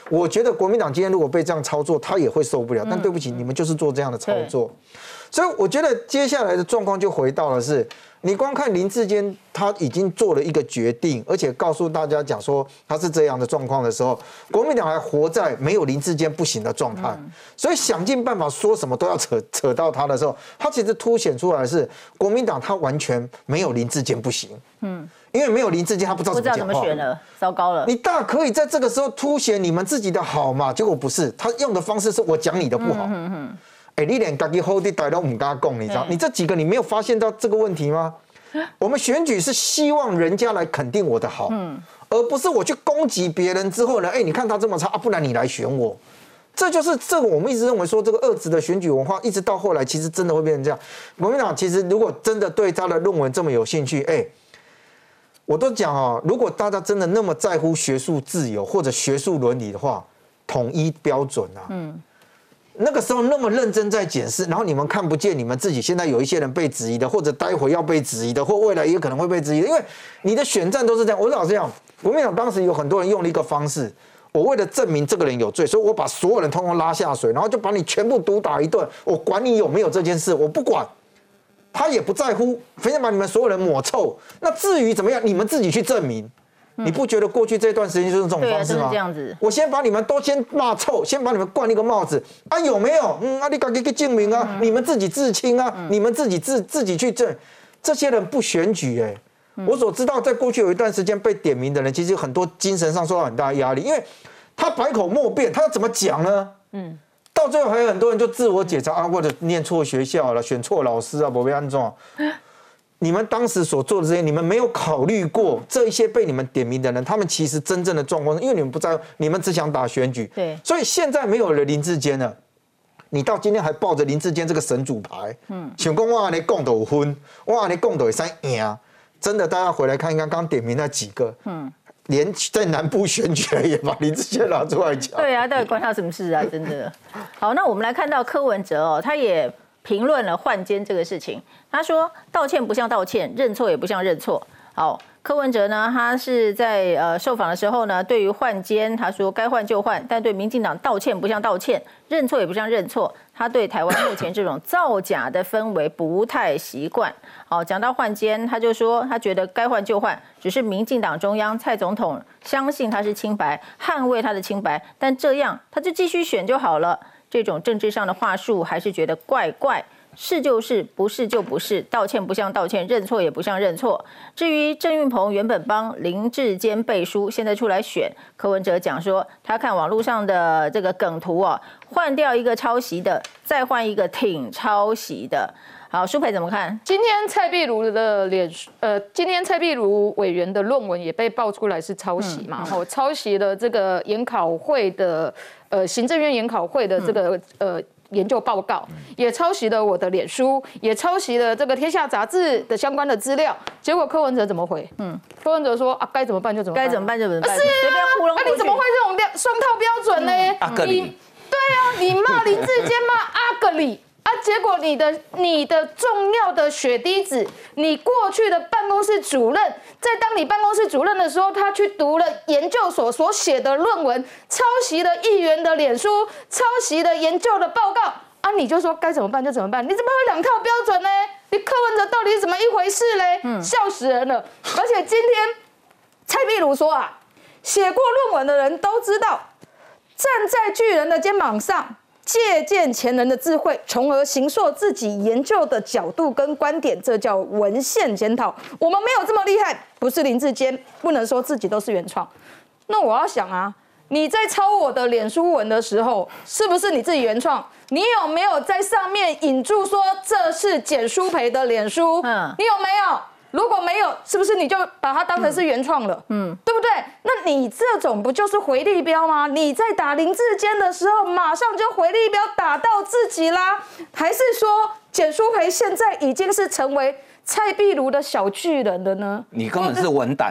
我觉得国民党今天如果被这样操作，他也会受不了。但对不起，你们就是做这样的操作，所以我觉得接下来的状况就回到了是，你光看林智坚他已经做了一个决定，而且告诉大家讲说他是这样的状况的时候，国民党还活在没有林智坚不行的状态，所以想尽办法说什么都要扯扯到他的时候，他其实凸显出来的是国民党他完全没有林智坚不行，嗯。因为没有林智坚，他不知道怎么讲话， 不知道怎么选了，糟糕了。 你大可以在这个时候凸显你们自己的好嘛，结果不是，他用的方式是我讲你的不好。嗯嗯哎，你连自己好的台都唔敢讲，你知道？你这几个你没有发现到这个问题吗？我们选举是希望人家来肯定我的好，嗯，而不是我去攻击别人之后呢，哎，你看他这么差啊，不然你来选我。这就是这个我们一直认为说这个二质的选举文化，一直到后来其实真的会变成这样。国民党其实如果真的对他的论文这么有兴趣，哎。我都讲哦，如果大家真的那么在乎学术自由或者学术伦理的话，统一标准啊，嗯，那个时候那么认真在检视，然后你们看不见你们自己现在有一些人被质疑的，或者待会要被质疑的，或未来也可能会被质疑的，因为你的选战都是这样。我老实讲，国民党当时有很多人用了一个方式，我为了证明这个人有罪，所以我把所有人通通拉下水，然后就把你全部毒打一顿，我管你有没有这件事，我不管。他也不在乎，非要把你们所有人抹臭。那至于怎么样，你们自己去证明。嗯、你不觉得过去这段时间就是这种方式吗？ 对啊，这样子。 我先把你们都先骂臭，先把你们冠一个帽子啊，有没有？嗯，啊，你赶紧去证明啊，嗯、你们自己自清啊，嗯、你们自己自自己去证。这些人不选举哎、欸，嗯、我所知道，在过去有一段时间被点名的人，其实很多精神上受到很大的压力，因为他百口莫辩，他要怎么讲呢？嗯。到最后还有很多人就自我解嘲啊，或者念错学校了，选错老师啊，不被安装。你们当时所做的这些，你们没有考虑过这一些被你们点名的人，他们其实真正的状况，因为你们不在乎，你们只想打选举。 对。 所以现在没有了林智坚了，你到今天还抱着林智坚这个神主牌，嗯，想讲我按你讲都有分，我按你讲都会使赢。真的，大家回来看一看刚点名那几个，嗯。连在南部选举也把林智坚拿出来讲， 对啊，到底关他什么事啊？真的。好，那我们来看到柯文哲哦，他也评论了换监这个事情。他说道歉不像道歉，认错也不像认错。好，柯文哲呢，他是在呃受访的时候呢，对于换监，他说该换就换，但对民进党道歉不像道歉，认错也不像认错。他对台湾目前这种造假的氛围不太习惯。好，讲到换监，他就说他觉得该换就换，只是民进党中央蔡总统相信他是清白，捍卫他的清白，但这样他就继续选就好了。这种政治上的话术还是觉得怪怪。是就是，不是就不是，道歉不像道歉，认错也不像认错。至于郑运鹏原本帮林智坚背书，现在出来选，柯文哲讲说，他看网络上的这个梗图哦，换掉一个抄袭的，再换一个挺抄袭的。好，舒培怎么看？ 今天蔡壁如的脸，呃，今天蔡壁如委员的论文也被爆出来是抄袭嘛？哈、嗯，抄袭了这个研考会的，呃，行政院研考会的这个、嗯、呃。研究报告也抄袭了我的脸书，也抄袭了这个《天下》杂志的相关的资料。结果柯文哲怎么回？嗯，柯文哲说啊，该怎么办就怎么办， 该怎么办就怎么办。 是啊，啊，你怎么会这种双套标准呢？ 阿格里， 对啊，你骂林智坚骂阿格里。啊！结果你的你的重要的血滴子，你过去的办公室主任，在当你办公室主任的时候，他去读了研究所所写的论文，抄袭了议员的脸书，抄袭了研究的报告啊！你就说该怎么办就怎么办，你怎么会两套标准呢？你柯文哲到底是怎么一回事嘞？嗯，笑死人了！而且今天蔡壁如说啊，写过论文的人都知道，站在巨人的肩膀上。借鉴前人的智慧，从而形塑自己研究的角度跟观点，这叫文献检讨。我们没有这么厉害，不是林智坚，不能说自己都是原创。那我要想啊，你在抄我的脸书文的时候，是不是你自己原创？你有没有在上面引注说这是简舒培的脸书？嗯，你有没有？如果没有，是不是你就把它当成是原创了？嗯，对不对？那你这种不就是回力镖吗？你在打林智坚的时候，马上就回力镖打到自己啦？还是说简舒培现在已经是成为蔡壁如的小巨人了呢？ 你根本是文胆。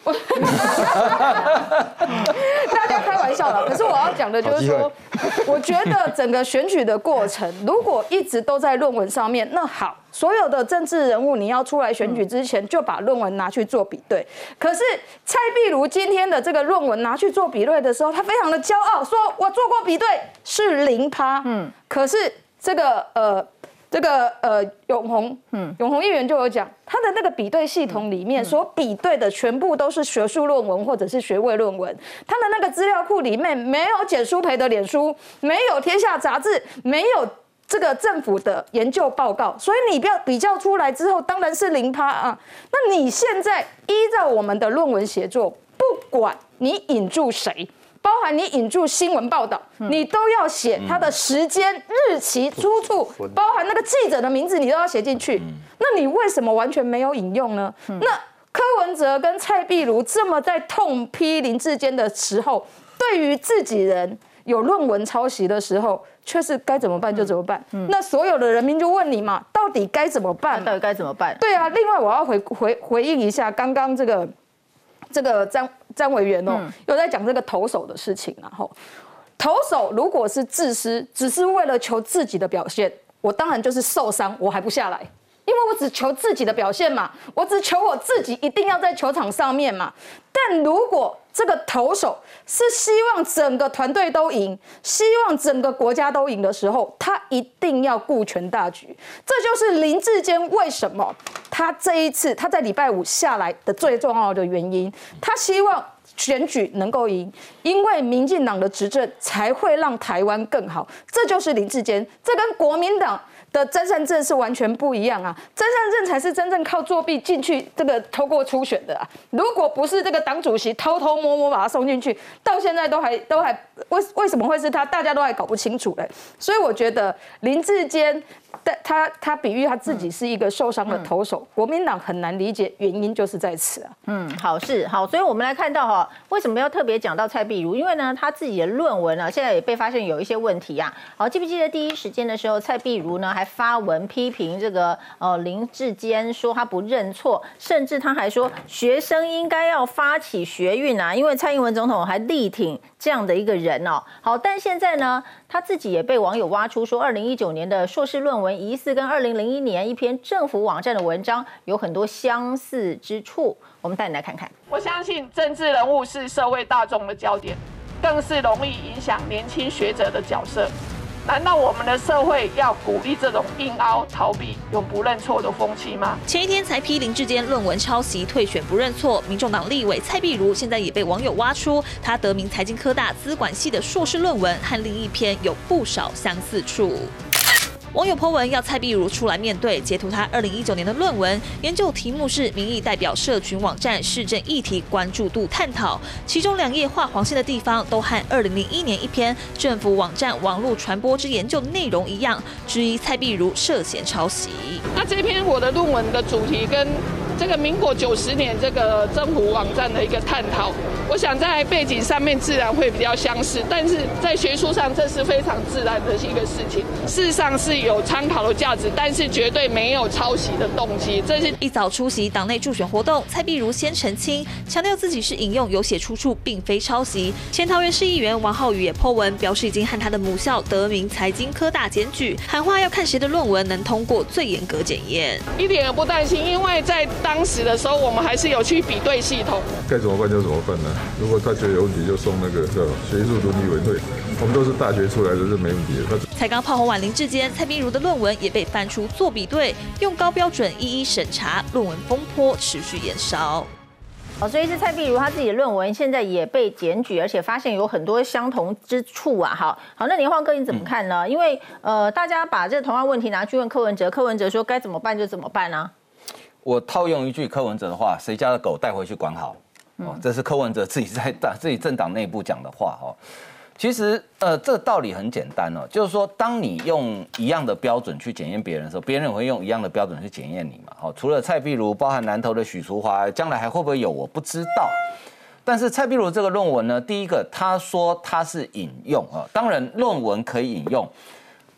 大家开玩笑了，可是我要讲的就是说，我觉得整个选举的过程，如果一直都在论文上面，那好，所有的政治人物你要出来选举之前就把论文拿去做比对。可是蔡壁如今天的这个论文拿去做比对的时候，他非常的骄傲，说我做过比对是零趴，嗯，可是这个呃。这个呃，永红，嗯，永红议员就有讲，他的那个比对系统里面所比对的全部都是学术论文或者是学位论文，他的那个资料库里面没有简书培的脸书，没有天下杂志，没有这个政府的研究报告，所以你不要比较出来之后，当然是零趴啊。那你现在依照我们的论文写作，不管你引注谁。包含你引注新闻报道，你都要写它的时间、日期、出处，包含那个记者的名字，你都要写进去。那你为什么完全没有引用呢？那柯文哲跟蔡壁如这么在痛批林智坚的时候，对于自己人有论文抄袭的时候，却是该怎么办就怎么办。那所有的人民就问你嘛，到底该怎么办？ 到底该怎么办？ 对啊，另外我要回回回应一下刚刚这个这个张。张委员哦，有在讲这个投手的事情，然后投手如果是自私，只是为了求自己的表现，我当然就是受伤，我还不下来，因为我只求自己的表现嘛，我只求我自己一定要在球场上面嘛。但如果这个投手是希望整个团队都赢，希望整个国家都赢的时候，他一定要顾全大局。这就是林智坚为什么他这一次他在礼拜五下来的最重要的原因。他希望选举能够赢，因为民进党的执政才会让台湾更好。这就是林智坚，这跟国民党的曾善政是完全不一样啊！曾善政才是真正靠作弊进去，这个透过初选的啊。如果不是这个党主席偷偷摸摸把他送进去，到现在都还都还为为什么会是他？大家都还搞不清楚嘞。所以我觉得林智坚，他他比喻他自己是一个受伤的投手，嗯、国民党很难理解，原因就是在此啊。 嗯，好是好，所以我们来看到哈，为什么要特别讲到蔡壁如？因为呢，他自己的论文呢，现在也被发现有一些问题啊。好，记不记得第一时间的时候，蔡壁如呢还发文批评这个呃林智坚，说他不认错，甚至他还说学生应该要发起学运啊，因为蔡英文总统还力挺这样的一个人哦。好，但现在呢，他自己也被网友挖出说，二零一九年的硕士论文疑似跟二零零一年一篇政府网站的文章有很多相似之处。我们带你来看看。 我相信政治人物是社会大众的焦点，更是容易影响年轻学者的角色。难道我们的社会要鼓励这种硬凹、逃避、永不认错的风气吗？ 前一天才批林智坚论文抄袭退选不认错，民众党立委蔡壁如现在也被网友挖出，他德明财经科大资管系的硕士论文和另一篇有不少相似处。网友 po 文要蔡壁如出来面对，截图他二零一九年的论文，研究题目是民意代表社群网站市政议题关注度探讨，其中两页画黄线的地方都和二零零一年一篇政府网站网络传播之研究内容一样，质疑蔡壁如涉嫌抄袭。 那这篇我的论文的主题跟这个民国九十年这个政府网站的一个探讨，我想在背景上面自然会比较相似，但是在学术上这是非常自然的一个事情。事实上是有参考的价值，但是绝对没有抄袭的动机。这是一早出席党内助选活动，蔡壁如先澄清，强调自己是引用有写出处，并非抄袭。前桃园市议员王浩宇也 po 文表示，已经和他的母校德明财经科大检举，喊话要看谁的论文能通过最严格检验。 一点也不担心，因为在当时的时候，我们还是有去比对系统。 该怎么办就怎么办呢？如果他觉得有问题，就送那个叫学术伦理委员会。我们都是大学出来的，是没问题的。 才刚炮轰完林智坚，蔡壁如的论文也被翻出做比对，用高标准一一审查，论文风波持续延烧。 好，所以是蔡壁如他自己的论文现在也被检举，而且发现有很多相同之处啊。好，好，那连晃哥你怎么看呢？因为呃，大家把这个同样问题拿去问柯文哲，柯文哲说该怎么办就怎么办啊。 我套用一句柯文哲的话：“谁家的狗带回去管好。”哦，这是柯文哲自己在自己政党内部讲的话哦。其实，呃，这个道理很简单哦，就是说，当你用一样的标准去检验别人的时候，别人也会用一样的标准去检验你嘛。好，除了蔡壁如，包含南投的许淑华，将来还会不会有，我不知道。但是蔡壁如这个论文呢，第一个他说他是引用啊，当然论文可以引用。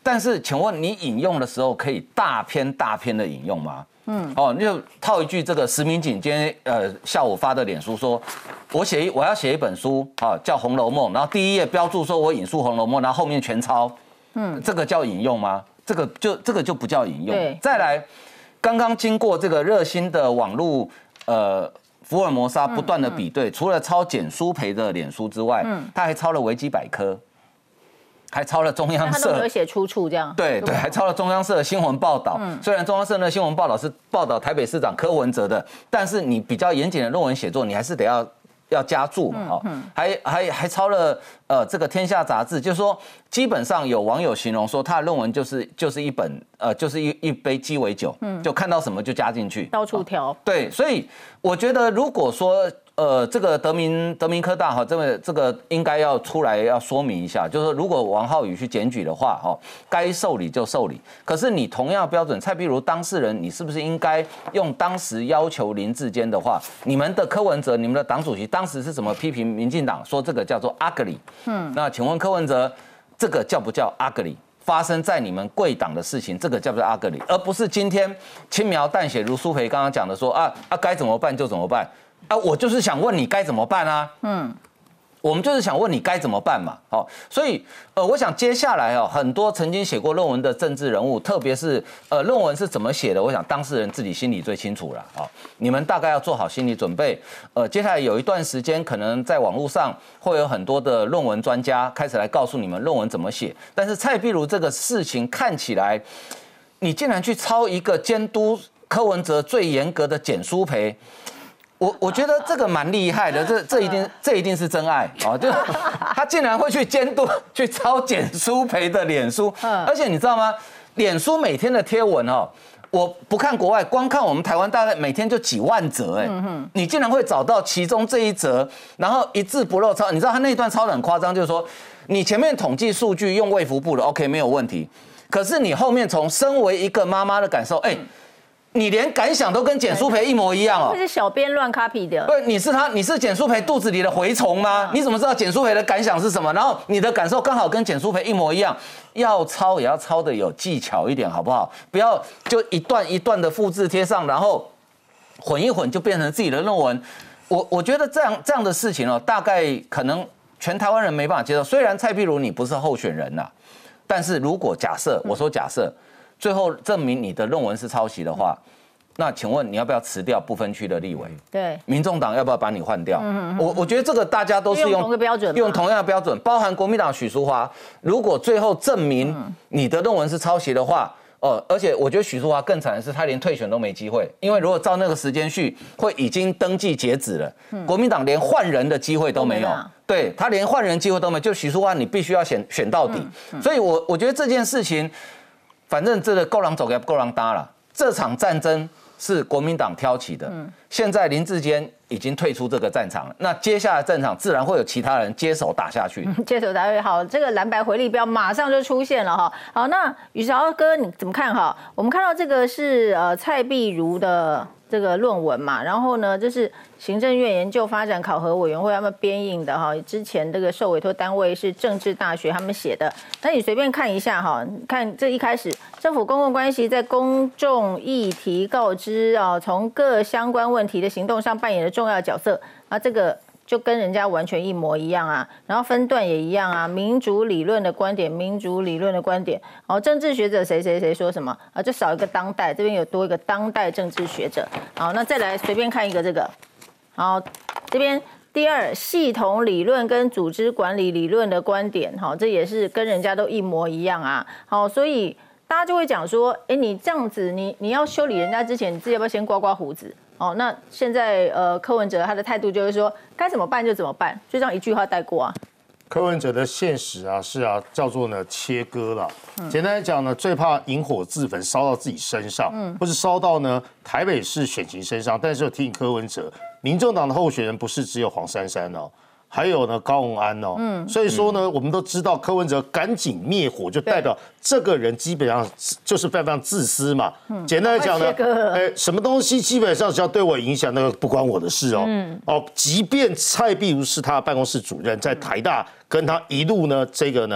但是请问你引用的时候可以大篇大篇的引用吗？嗯，哦，你就套一句这个石明景今天呃下午发的脸书说，我写一我要写一本书啊，叫《红楼梦》，然后第一页标注说我引述《红楼梦》，然后后面全抄，嗯，这个叫引用吗？这个就这个就不叫引用。对，再来，刚刚经过这个热心的网络呃福尔摩沙不断的比对，除了抄简书培的脸书之外，嗯，他还抄了维基百科。还抄了中央社， 他都没有写出处这样。 对对，还抄了中央社的新闻报道。嗯、虽然中央社的新闻报道是报道台北市长柯文哲的，但是你比较严谨的论文写作，你还是得要要加注嘛。哦、嗯，还还还抄了呃这个《天下》杂志，就是说基本上有网友形容说他的论文就是就是一本呃就是一一杯鸡尾酒，嗯，就看到什么就加进去， 到处调。 对，所以我觉得如果说。呃，这个德明德明科大哈，这个这个应该要出来要说明一下，就是说如果王浩宇去检举的话，哈，该受理就受理。可是你同样标准，蔡壁如当事人，你是不是应该用当时要求林志坚的话？你们的柯文哲，你们的党主席当时是怎么批评民进党？说这个叫做 ugly。嗯，那请问柯文哲，这个叫不叫 ugly？发生在你们贵党的事情，这个叫不叫 ugly？而不是今天轻描淡写，如苏培刚刚讲的说啊啊该怎么办就怎么办。啊，我就是想问你该怎么办啊？嗯，我们就是想问你该怎么办嘛。好，所以呃，我想接下来哦，很多曾经写过论文的政治人物，特别是呃，论文是怎么写的，我想当事人自己心里最清楚了。好，你们大概要做好心理准备。呃，接下来有一段时间，可能在网络上会有很多的论文专家开始来告诉你们论文怎么写。但是蔡壁如这个事情看起来，你竟然去抄一个监督柯文哲最严格的简书培。我我觉得这个蛮厉害的，这这一定这一定是真爱哦！就他竟然会去监督去抄简书培的脸书，而且你知道吗？脸书每天的贴文哦，我不看国外，光看我们台湾大概每天就几万则哎，你竟然会找到其中这一则，然后一字不漏抄。你知道他那一段抄的很夸张，就是说你前面统计数据用卫福部的 OK 没有问题，可是你后面从身为一个妈妈的感受，哎。你连感想都跟简书培一模一样哦， 这是小编乱 copy 的。 对，你是他，你是简书培肚子里的蛔虫吗？你怎么知道简书培的感想是什么？然后你的感受刚好跟简书培一模一样，要抄也要抄的有技巧一点，好不好？不要就一段一段的复制贴上，然后混一混就变成自己的论文。我我觉得这样这样的事情哦，大概可能全台湾人没办法接受。虽然蔡壁如你不是候选人呐，但是如果假设我说假设。最后证明你的论文是抄袭的话，那请问你要不要辞掉不分区的立委？ 对， 民众党要不要把你换掉？嗯嗯我我觉得这个大家都是用用同个标准， 用同样的标准，包含国民党许淑华，如果最后证明你的论文是抄袭的话，哦，而且我觉得许淑华更惨的是，他连退选都没机会，因为如果照那个时间序，会已经登记截止了，国民党连换人的机会都没有。对他连换人机会都没有，就许淑华你必须要选选到底。所以我我觉得这件事情。反正这个够狼走给够狼搭了，这场战争是国民党挑起的，嗯、现在林智坚已经退出这个战场了，那接下来战场自然会有其他人接手打下去。 嗯、接手打下去，好，这个蓝白回力标马上就出现了哈。好，那宇韶哥你怎么看哈？我们看到这个是呃蔡壁如的这个论文嘛，然后呢，这是行政院研究发展考核委员会他们编印的哈，之前这个受委托单位是政治大学他们写的，那你随便看一下哈，看这一开始政府公共关系在公众议题告知啊，从各相关问题的行动上扮演的重要角色，啊，这个就跟人家完全一模一样啊，然后分段也一样啊，民主理论的观点，民主理论的观点，哦，政治学者谁谁谁说什么啊，就少一个当代，这边有多一个当代政治学者，好，那再来随便看一个这个。好，这边第二，系统理论跟组织管理理论的观点，好，这也是跟人家都一模一样啊。好，所以大家就会讲说，哎，你这样子，你你要修理人家之前，你自己要不要先刮刮胡子？哦，那现在呃，柯文哲他的态度就是说，该怎么办就怎么办，就这样一句话带过啊。 柯文哲的现实啊，是啊，叫做呢切割了。嗯、简单来讲呢，最怕引火自焚，烧到自己身上，嗯、或是烧到呢台北市选情身上。但是我提醒柯文哲，民众党的候选人不是只有黄珊珊哦，还有呢高虹安哦。嗯，所以说呢，我们都知道柯文哲赶紧灭火，就代表这个人基本上就是非常自私嘛。嗯、简单来讲呢，哎，什么东西基本上只要对我影响，那个不关我的事哦。嗯、哦，即便蔡壁如是他办公室主任，在台大。跟他一路呢，这个呢，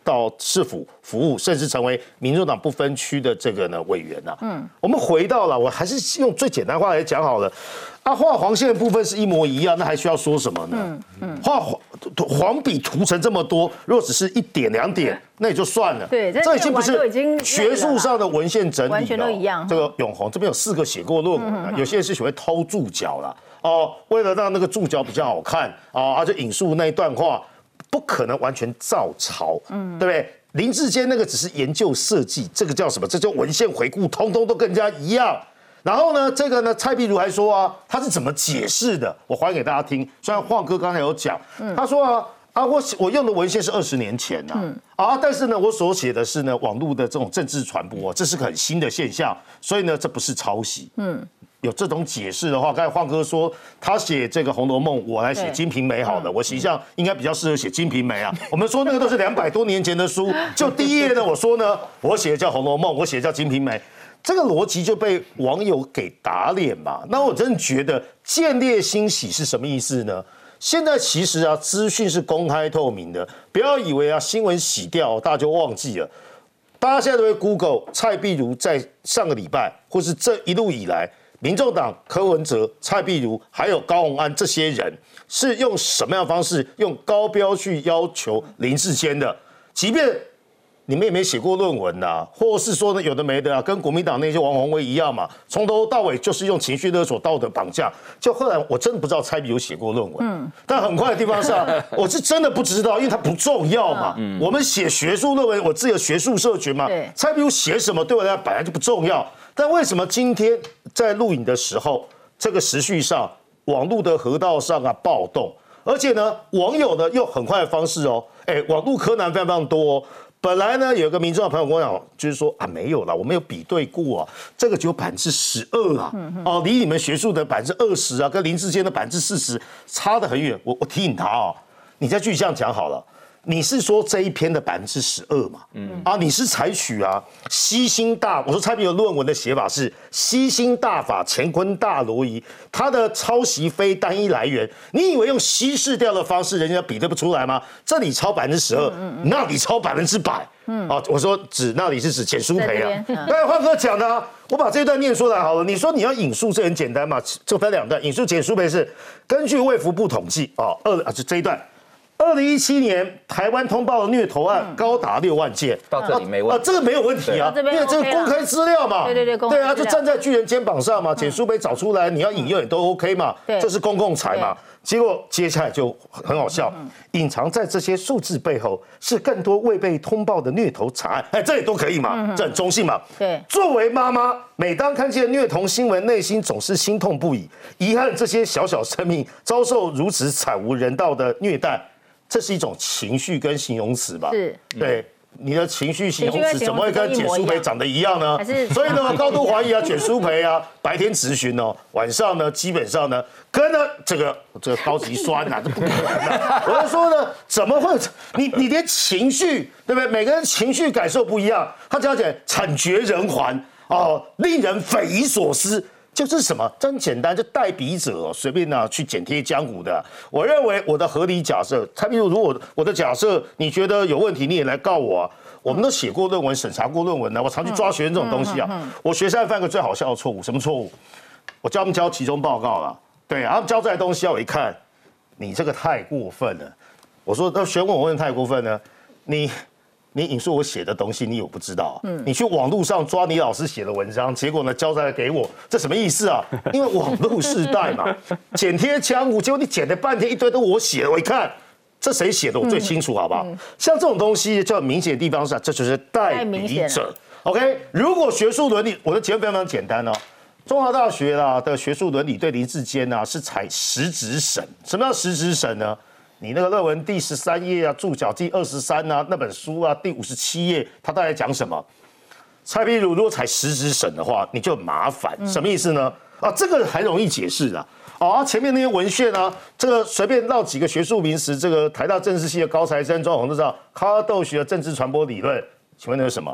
到市府服务，甚至成为民众党不分区的这个呢委员呐、啊。嗯，我们回到了，我还是用最简单话来讲好了。啊，画黄线的部分是一模一样，那还需要说什么呢？嗯嗯，画黄黄笔涂成这么多，如果只是一点两点，那也就算了。 对， 这已经不是学术上的文献整理了， 完全都一样。 这个永红这边有四个写过论文的，有些人是喜欢偷注脚啦。哦，为了让那个注脚比较好看啊，啊就引述那一段话，不可能完全照抄，嗯，对不对？林志坚那个只是研究设计，这个叫什么？这叫文献回顾，通通都跟人家一样。然后呢，这个呢，蔡壁如还说啊，他是怎么解释的？我还给大家听。虽然晃哥刚才有讲，他说啊啊，我我用的文献是二十年前呐、啊，嗯、啊，但是呢，我所写的是呢网络的这种政治传播，这是个很新的现象，所以呢，这不是抄袭。嗯，有这种解释的话，刚才晃哥说他写这个《红楼梦》，我来写《金瓶梅》好了，我形象应该比较适合写《金瓶梅》啊。我们说那个都是两百多年前的书，就第一页呢，我说呢，我写的叫《红楼梦》，我写的叫《金瓶梅》。这个逻辑就被网友给打脸嘛？那我真的觉得见猎欣喜是什么意思呢？现在其实啊，资讯是公开透明的，不要以为啊新闻洗掉，大家就忘记了。大家现在都会 Google 蔡壁如在上个礼拜，或是这一路以来，民众党柯文哲、蔡壁如还有高虹安这些人是用什么样的方式，用高标去要求林志坚的，即便。你们也没写过论文呐、啊，或是说呢有的没的啊，跟国民党那些王宏威一样嘛，从头到尾就是用情绪勒索、道德绑架。就后来我真的不知道蔡壁如写过论文，嗯，但很快的地方上，我是真的不知道，因为它不重要嘛。嗯、我们写学术论文，我自己的学术社群嘛，蔡壁如写什么对我来讲本来就不重要。但为什么今天在录影的时候，这个时序上、网络的河道上啊暴动，而且呢，网友呢用很快的方式哦，哎，网络柯南非常非常多哦。本来呢，有个民众的朋友跟我讲，就是说啊，没有啦，我没有比对过啊，这个只有百分之十二啊，哦，离你们学术的百分之二十啊，跟林志坚的百分之四十差得很远。我我提醒他哦，你再继续这样讲好了。你是说这一篇的百分之十二嘛？嗯啊，你是采取啊悉心大，我说蔡壁如论文的写法是悉心大法，乾坤大挪移，它的抄袭非单一来源。你以为用稀释掉的方式，人家比得不出来吗？这里抄百分之十二，那里抄百分之百。嗯，啊，我说指那里是指简书培啊。刚才焕哥讲的啊，我把这段念出来好了。你说你要引述，这很简单嘛，这分两段。引述简书培是根据卫福部统计啊，二啊就这一段。二零一七年，台湾通报的虐头案高达六万件， 到这里没问题啊，这个没有问题啊，因为这个公开资料嘛， 对对对， 对啊，就站在巨人肩膀上嘛，简书培找出来，你要引用也都 OK 嘛，这是公共财嘛。结果接下来就很好笑，隐藏在这些数字背后是更多未被通报的虐头惨案，哎，这也都可以嘛，这很中性嘛。 对， 作为妈妈，每当看见虐童新闻，内心总是心痛不已，遗憾这些小小生命遭受如此惨无人道的虐待。这是一种情绪跟形容词吧？ 是， 对，你的情绪形容词怎么会跟简书培长得一样呢？所以呢，我高度怀疑啊，简书培啊，白天质询哦，晚上呢，基本上呢，跟呢这个这个高级酸啊，这不可能的。我是说呢，怎么会？你你连情绪对不对？每个人情绪感受不一样，他讲起来惨绝人寰哦，令人匪夷所思。就是什么？真简单，就代笔者随便呢去剪贴江湖的。我认为我的合理假设，蔡壁如如果我的假设你觉得有问题，你也来告我啊。我们都写过论文，审查过论文呢。我常去抓学生这种东西啊。我学生犯个最好笑的错误，什么错误？我教他们交期中报告了，对，然后交出来的东西啊，我一看，你这个太过分了。我说，那学生问我问太过分呢？你。你引述我写的东西，你有不知道？嗯，你去网络上抓你老师写的文章，结果呢交出来给我，这什么意思啊？因为网络时代嘛，剪贴江湖，结果你剪了半天一堆都我写的，我一看，这谁写的我最清楚，好不好？嗯嗯、像这种东西就很明显的地方是，这就是代笔者。OK， 如果学术伦理，我的结论非常简单哦。中华大学啦的学术伦理对林志坚啊是采实质审，什么叫实质审呢？你那个论文第十三页啊，注脚第二十三啊，那本书啊第五十七页，它大概讲什么？蔡壁如如果采实质审的话，你就很麻烦，什么意思呢？啊，这个还容易解释的。哦，啊，前面那些文献啊，这个随便绕几个学术名词，这个台大政治系的高材生、庄宏都知道，哈佛大学的政治传播理论，请问那是什么？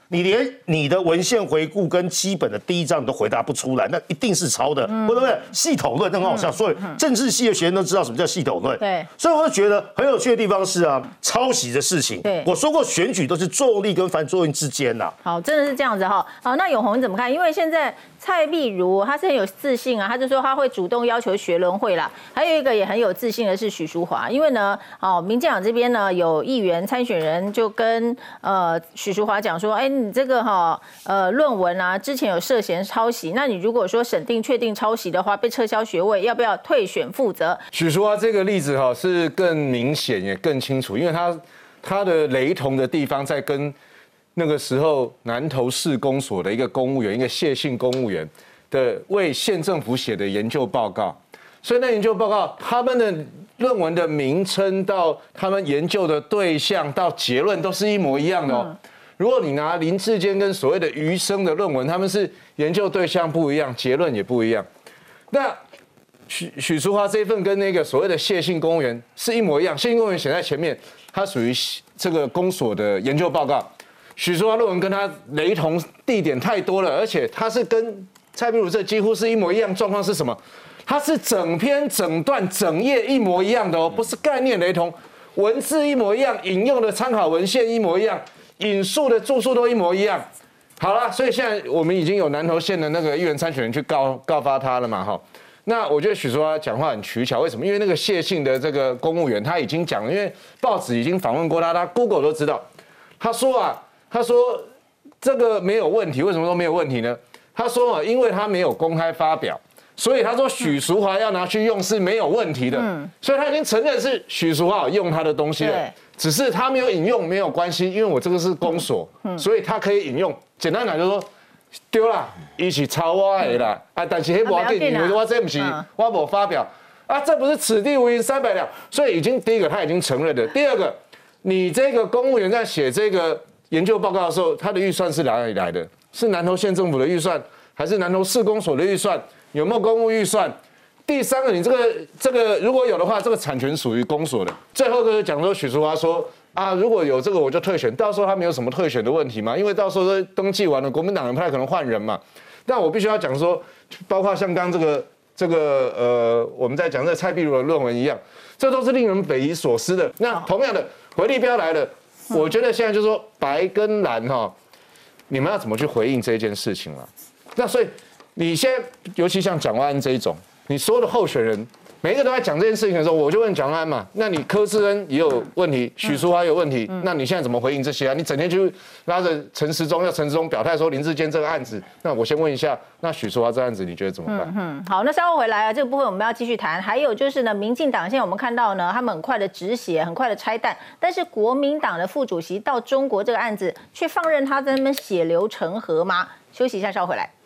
你连你的文献回顾跟基本的第一章你都回答不出来，那一定是抄的，对不对？系统论很好笑，所以政治系的学生都知道什么叫系统论。 对， 所以我就觉得很有趣的地方是啊，抄袭的事情。 对， 我说过选举都是作用力跟反作用力之间呐。 好，真的是这样子哈。好，那永红你怎么看？因为现在蔡壁如他是很有自信啊，他就说他会主动要求学伦会啦。还有一个也很有自信的是许淑华，因为呢，哦，民进党这边呢有议员参选人就跟呃许淑华讲说，哎，你这个哈呃论文啊，之前有涉嫌抄袭，那你如果说审定确定抄袭的话，被撤销学位，要不要退选负责？ 许淑华这个例子哈是更明显也更清楚，因为他他的雷同的地方在跟那个时候南投市公所的一个公务员，一个谢姓公务员的为县政府写的研究报告，所以那研究报告他们的论文的名称到他们研究的对象到结论都是一模一样的哦。嗯，如果你拿林志坚跟所谓的余生的论文，他们是研究对象不一样，结论也不一样。那许许淑华这一份跟那个所谓的谢姓公务员是一模一样，谢姓公务员写在前面，他属于这个公所的研究报告。许淑华论文跟他雷同地点太多了，而且他是跟蔡壁如这几乎是一模一样。状况是什么？它是整篇整段整页一模一样的哦，不是概念雷同，文字一模一样，引用的参考文献一模一样，引述的著述都一模一样。好了，所以现在我们已经有南投县的那个议员参选人去告告发他了嘛，哈。那我觉得许淑华讲话很取巧，为什么？因为那个谢姓的这个公务员他已经讲了，因为报纸已经访问过他，他 Google 都知道。他说啊，他说这个没有问题，为什么说没有问题呢？他说啊，因为他没有公开发表。所以他说许淑华要拿去用是没有问题的，嗯，所以他已经承认是许淑华用他的东西了，只是他没有引用没有关系，因为我这个是公所，嗯，所以他可以引用。简单讲就是说，对啦，一起抄我的啦，啊，但是迄无要紧，因为我这不是我没发表啊，这不是此地无银三百两，所以已经第一个他已经承认了。第二个，你这个公务员在写这个研究报告的时候，他的预算是哪里来的？是南投县政府的预算，还是南投市公所的预算？有没有公务预算？第三个，你这个这个如果有的话，这个产权属于公所的。最后就是讲说，许淑华说啊，如果有这个我就退选，到时候他没有什么退选的问题嘛，因为到时候都登记完了，国民党人不太可能换人嘛。但我必须要讲说，包括像刚这个这个呃，我们在讲这个蔡壁如的论文一样，这都是令人匪夷所思的。那同样的，回力标来了，我觉得现在就是说白跟蓝哈，你们要怎么去回应这件事情了？那所以。你现在尤其像蒋万安这一种，你所有的候选人每一个都在讲这件事情的时候，我就问蒋万安嘛，那你柯志恩也有问题，许淑华有问题，那你现在怎么回应这些啊？你整天就拉着陈时中，要陈时中表态说林志坚这个案子，那我先问一下，那许淑华这案子你觉得怎么办？ 嗯，好，那稍后回来啊，这个部分我们要继续谈。还有就是呢，民进党现在我们看到呢，他们很快的止血，很快的拆弹，但是国民党的副主席到中国这个案子，却放任他在那边血流成河吗？休息一下，稍后回来。